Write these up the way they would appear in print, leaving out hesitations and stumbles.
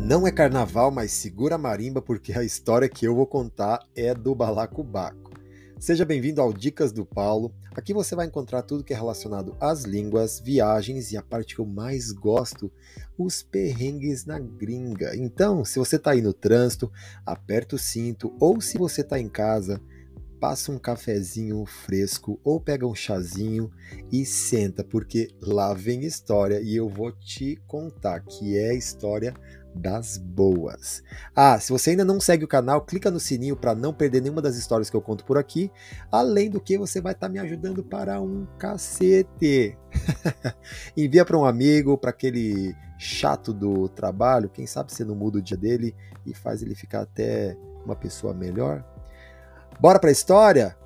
Não é carnaval, mas segura a marimba porque a história que eu vou contar é do balacobaco. Seja bem-vindo ao Dicas do Paulo. Aqui você vai encontrar tudo que é relacionado às línguas, viagens e a parte que eu mais gosto, os perrengues na gringa. Então, se você está aí no trânsito, aperta o cinto ou se você está em casa, passa um cafezinho fresco ou pega um chazinho e senta, porque lá vem história e eu vou te contar que é história das boas. Se você ainda não segue o canal, clica no sininho para não perder nenhuma das histórias que eu conto por aqui. Além do que, você vai estar me ajudando para um cacete. Envia para um amigo, para aquele chato do trabalho, quem sabe você não muda o dia dele e faz ele ficar até uma pessoa melhor. Bora pra história?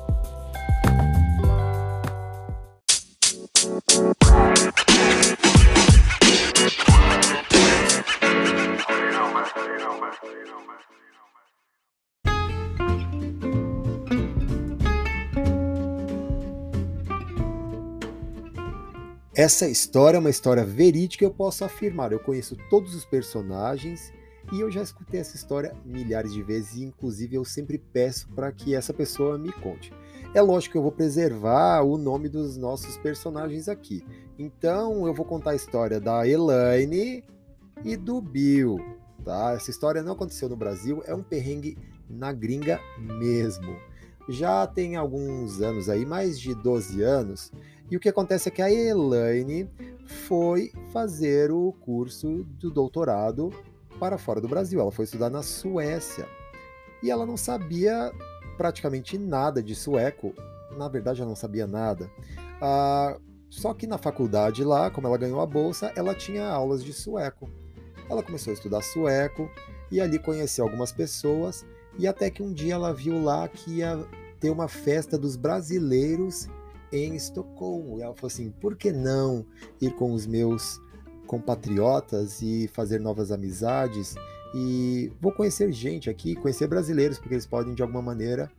Essa história é uma história verídica, eu posso afirmar. Eu conheço todos os personagens e eu já escutei essa história milhares de vezes e, inclusive, eu sempre peço para que essa pessoa me conte. É lógico que eu vou preservar o nome dos nossos personagens aqui. Então, eu vou contar a história da Elaine e do Bill, tá? Essa história não aconteceu no Brasil, é um perrengue na gringa mesmo. Já tem alguns anos aí, mais de 12 anos, e o que acontece é que a Elaine foi fazer o curso do doutorado para fora do Brasil. Ela foi estudar na Suécia. E ela não sabia praticamente nada de sueco. Na verdade, ela não sabia nada. Só que na faculdade lá, como ela ganhou a bolsa, ela tinha aulas de sueco. Ela começou a estudar sueco e ali conheceu algumas pessoas. E até que um dia ela viu lá que ia ter uma festa dos brasileiros em Estocolmo. E ela falou assim, por que não ir com os meus compatriotas e fazer novas amizades? E vou conhecer gente aqui, conhecer brasileiros, porque eles podem de alguma maneira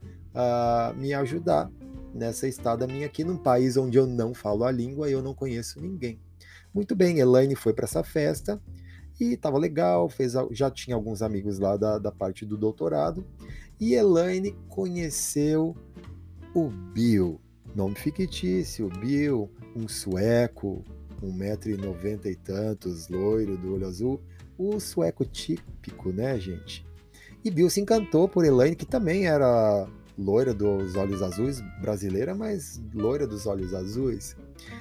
me ajudar nessa estada minha aqui num país onde eu não falo a língua e eu não conheço ninguém. Muito bem, Elaine foi para essa festa e estava legal, já tinha alguns amigos lá da parte do doutorado, e Elaine conheceu o Bill, nome fictício, Bill, um sueco, 1,90 m e tantos, loiro, do olho azul, o sueco típico, né, gente? E Bill se encantou por Elaine, que também era loira dos olhos azuis, brasileira, mas loira dos olhos azuis.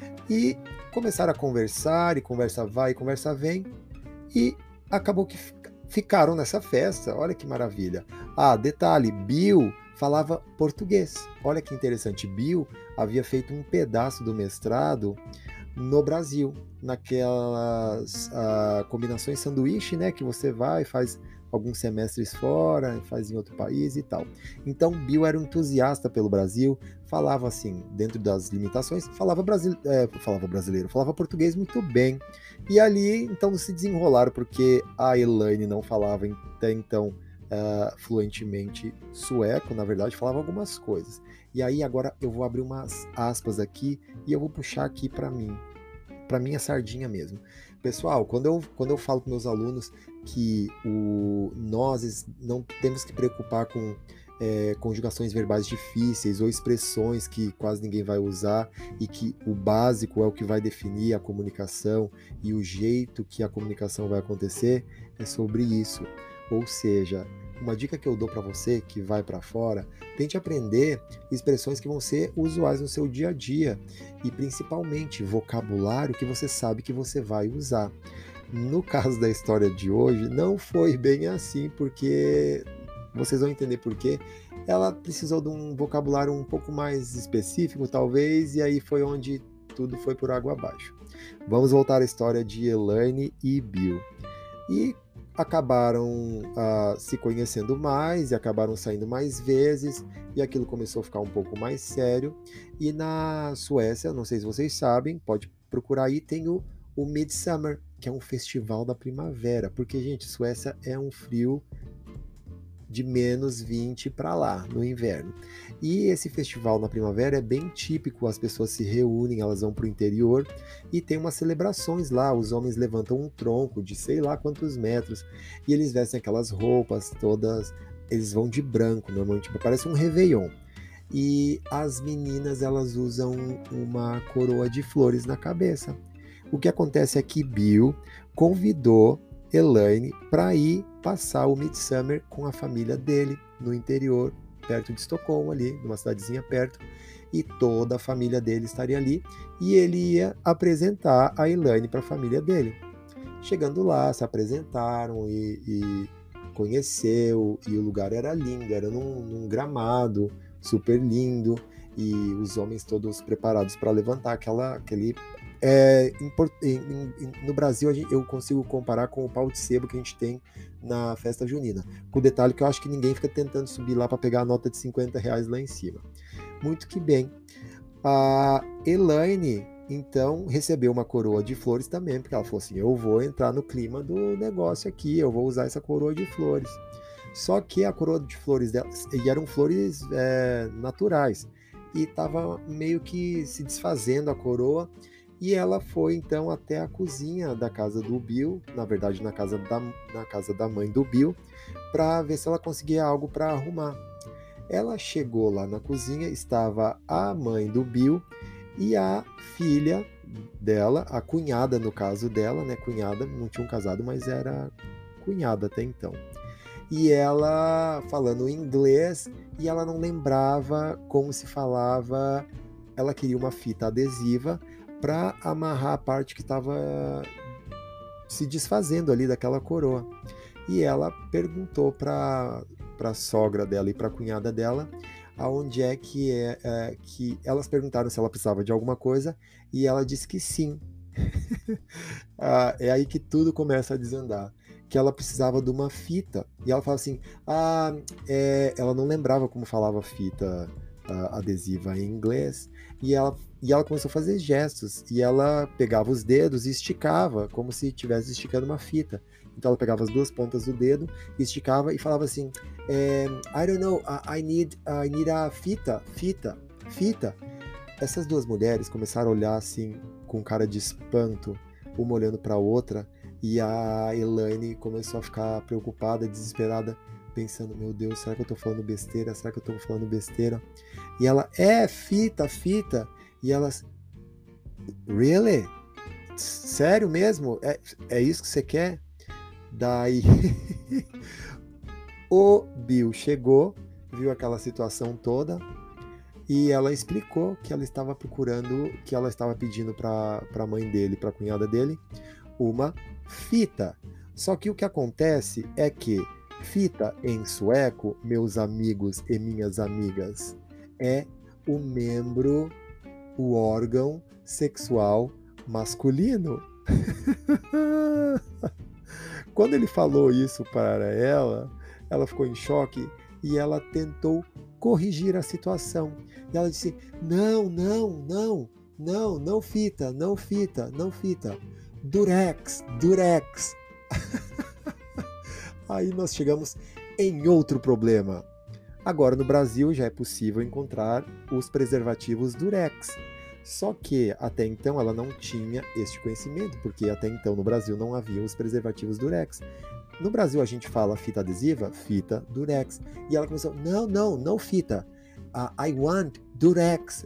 E começaram a conversar, e conversa vai, e conversa vem, e acabou que ficaram nessa festa. Olha que maravilha. Detalhe, Bill falava português. Olha que interessante, Bill havia feito um pedaço do mestrado no Brasil, naquelas combinações sanduíche, né, que você vai, faz alguns semestres fora, faz em outro país e tal. Então, Bill era um entusiasta pelo Brasil, falava assim, dentro das limitações, falava brasileiro, falava português muito bem. E ali, então, se desenrolaram, porque a Elaine não falava até então fluentemente sueco, na verdade, falava algumas coisas. E aí, agora eu vou abrir umas aspas aqui e eu vou puxar aqui para mim, para minha sardinha mesmo. Pessoal, quando eu falo com meus alunos que nós não temos que preocupar com conjugações verbais difíceis ou expressões que quase ninguém vai usar e que o básico é o que vai definir a comunicação e o jeito que a comunicação vai acontecer, é sobre isso. Ou seja, uma dica que eu dou para você que vai para fora, tente aprender expressões que vão ser usuais no seu dia a dia e principalmente vocabulário que você sabe que você vai usar. No caso da história de hoje, não foi bem assim, porque vocês vão entender por quê. Ela precisou de um vocabulário um pouco mais específico, talvez, e aí foi onde tudo foi por água abaixo. Vamos voltar à história de Elaine e Bill. E acabaram se conhecendo mais e acabaram saindo mais vezes e aquilo começou a ficar um pouco mais sério. E na Suécia, não sei se vocês sabem, pode procurar aí, tem o Midsummer, que é um festival da primavera, porque, gente, Suécia é um frio de menos 20 para lá, no inverno. E esse festival na primavera é bem típico, as pessoas se reúnem, elas vão para o interior e tem umas celebrações lá, os homens levantam um tronco de sei lá quantos metros, e eles vestem aquelas roupas todas, eles vão de branco, normalmente parece um réveillon. E as meninas, elas usam uma coroa de flores na cabeça. O que acontece é que Bill convidou Elaine para ir passar o Midsummer com a família dele no interior, perto de Estocolmo, ali, numa cidadezinha perto, e toda a família dele estaria ali, e ele ia apresentar a Elaine para a família dele. Chegando lá, se apresentaram e conheceu, e o lugar era lindo, era num gramado super lindo, e os homens todos preparados para levantar aquele... no Brasil eu consigo comparar com o pau de sebo que a gente tem na festa junina, com o detalhe que eu acho que ninguém fica tentando subir lá para pegar a nota de R$50 lá em cima. Muito que bem, a Elaine então recebeu uma coroa de flores também, porque ela falou assim, eu vou entrar no clima do negócio aqui, eu vou usar essa coroa de flores. Só que a coroa de flores dela, e eram flores naturais, e estava meio que se desfazendo a coroa. E ela foi então até a cozinha da casa do Bill, na verdade na casa da mãe do Bill, para ver se ela conseguia algo para arrumar. Ela chegou lá na cozinha, estava a mãe do Bill e a filha dela, a cunhada no caso dela, né? Cunhada, não tinham casado, mas era cunhada até então. E ela falando inglês, e ela não lembrava como se falava, ela queria uma fita adesiva para amarrar a parte que estava se desfazendo ali daquela coroa. E ela perguntou para a sogra dela e para a cunhada dela aonde é que elas perguntaram se ela precisava de alguma coisa, e ela disse que sim. É aí que tudo começa a desandar, que ela precisava de uma fita, e ela fala assim, ela não lembrava como falava fita adesiva em inglês, e ela começou a fazer gestos, e ela pegava os dedos e esticava, como se estivesse esticando uma fita. Então ela pegava as duas pontas do dedo, esticava e falava assim, I don't know, I need a fita. Essas duas mulheres começaram a olhar assim, com cara de espanto, uma olhando para a outra, e a Elaine começou a ficar preocupada, desesperada, pensando, meu Deus, será que eu tô falando besteira? Será que eu tô falando besteira? E ela, fita. E elas, really? Sério mesmo? É isso que você quer? Daí, o Bill chegou, viu aquela situação toda, e ela explicou que ela estava procurando, que ela estava pedindo para a mãe dele, para a cunhada dele, uma fita. Só que o que acontece é que fita em sueco, meus amigos e minhas amigas, é o membro, o órgão sexual masculino. Quando ele falou isso para ela ficou em choque e ela tentou corrigir a situação. E ela disse, não fita. Durex. Aí nós chegamos em outro problema. Agora no Brasil já é possível encontrar os preservativos Durex. Só que até então ela não tinha este conhecimento, porque até então no Brasil não havia os preservativos Durex. No Brasil a gente fala fita adesiva, fita Durex. E ela começou, não fita. I want Durex.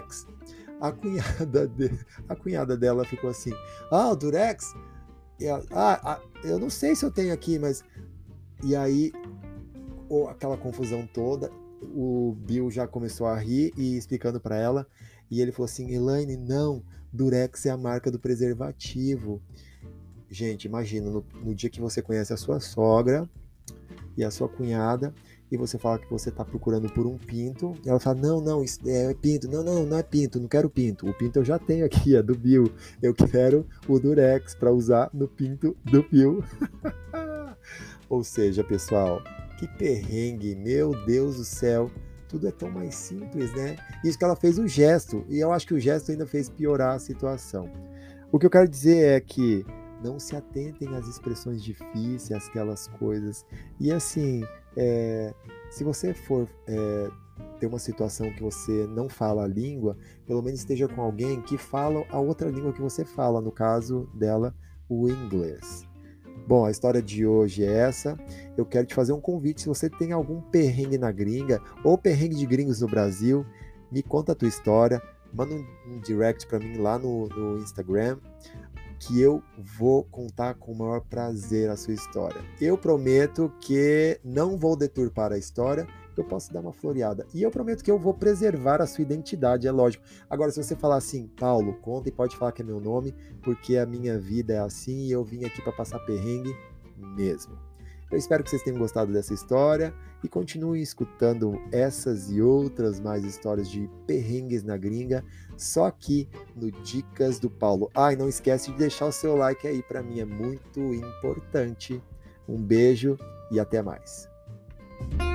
A cunhada dela ficou assim, Durex? E ela, eu não sei se eu tenho aqui, mas... E aí, aquela confusão toda, o Bill já começou a rir e explicando para ela, e ele falou assim, Elaine, não, Durex é a marca do preservativo. Gente, imagina, no dia que você conhece a sua sogra e a sua cunhada, e você fala que você está procurando por um pinto, e ela fala, não, isso é pinto, não é pinto, não quero pinto, o pinto eu já tenho aqui, é do Bill, eu quero o Durex para usar no pinto do Bill. Ou seja, pessoal, que perrengue, meu Deus do céu, tudo é tão mais simples, né? Isso que ela fez o gesto, e eu acho que o gesto ainda fez piorar a situação. O que eu quero dizer é que não se atentem às expressões difíceis, aquelas coisas. E assim, É, se você for ter uma situação que você não fala a língua, pelo menos esteja com alguém que fala a outra língua que você fala, no caso dela, o inglês. Bom, a história de hoje é essa. Eu quero te fazer um convite. Se você tem algum perrengue na gringa ou perrengue de gringos no Brasil, me conta a tua história. Manda um direct para mim lá no Instagram, que eu vou contar com o maior prazer a sua história. Eu prometo que não vou deturpar a história, eu posso dar uma floreada. E eu prometo que eu vou preservar a sua identidade, é lógico. Agora, se você falar assim, Paulo, conta e pode falar que é meu nome, porque a minha vida é assim e eu vim aqui para passar perrengue mesmo. Eu espero que vocês tenham gostado dessa história e continuem escutando essas e outras mais histórias de perrengues na gringa, só aqui no Dicas do Paulo. Ah, e não esquece de deixar o seu like aí, para mim é muito importante. Um beijo e até mais.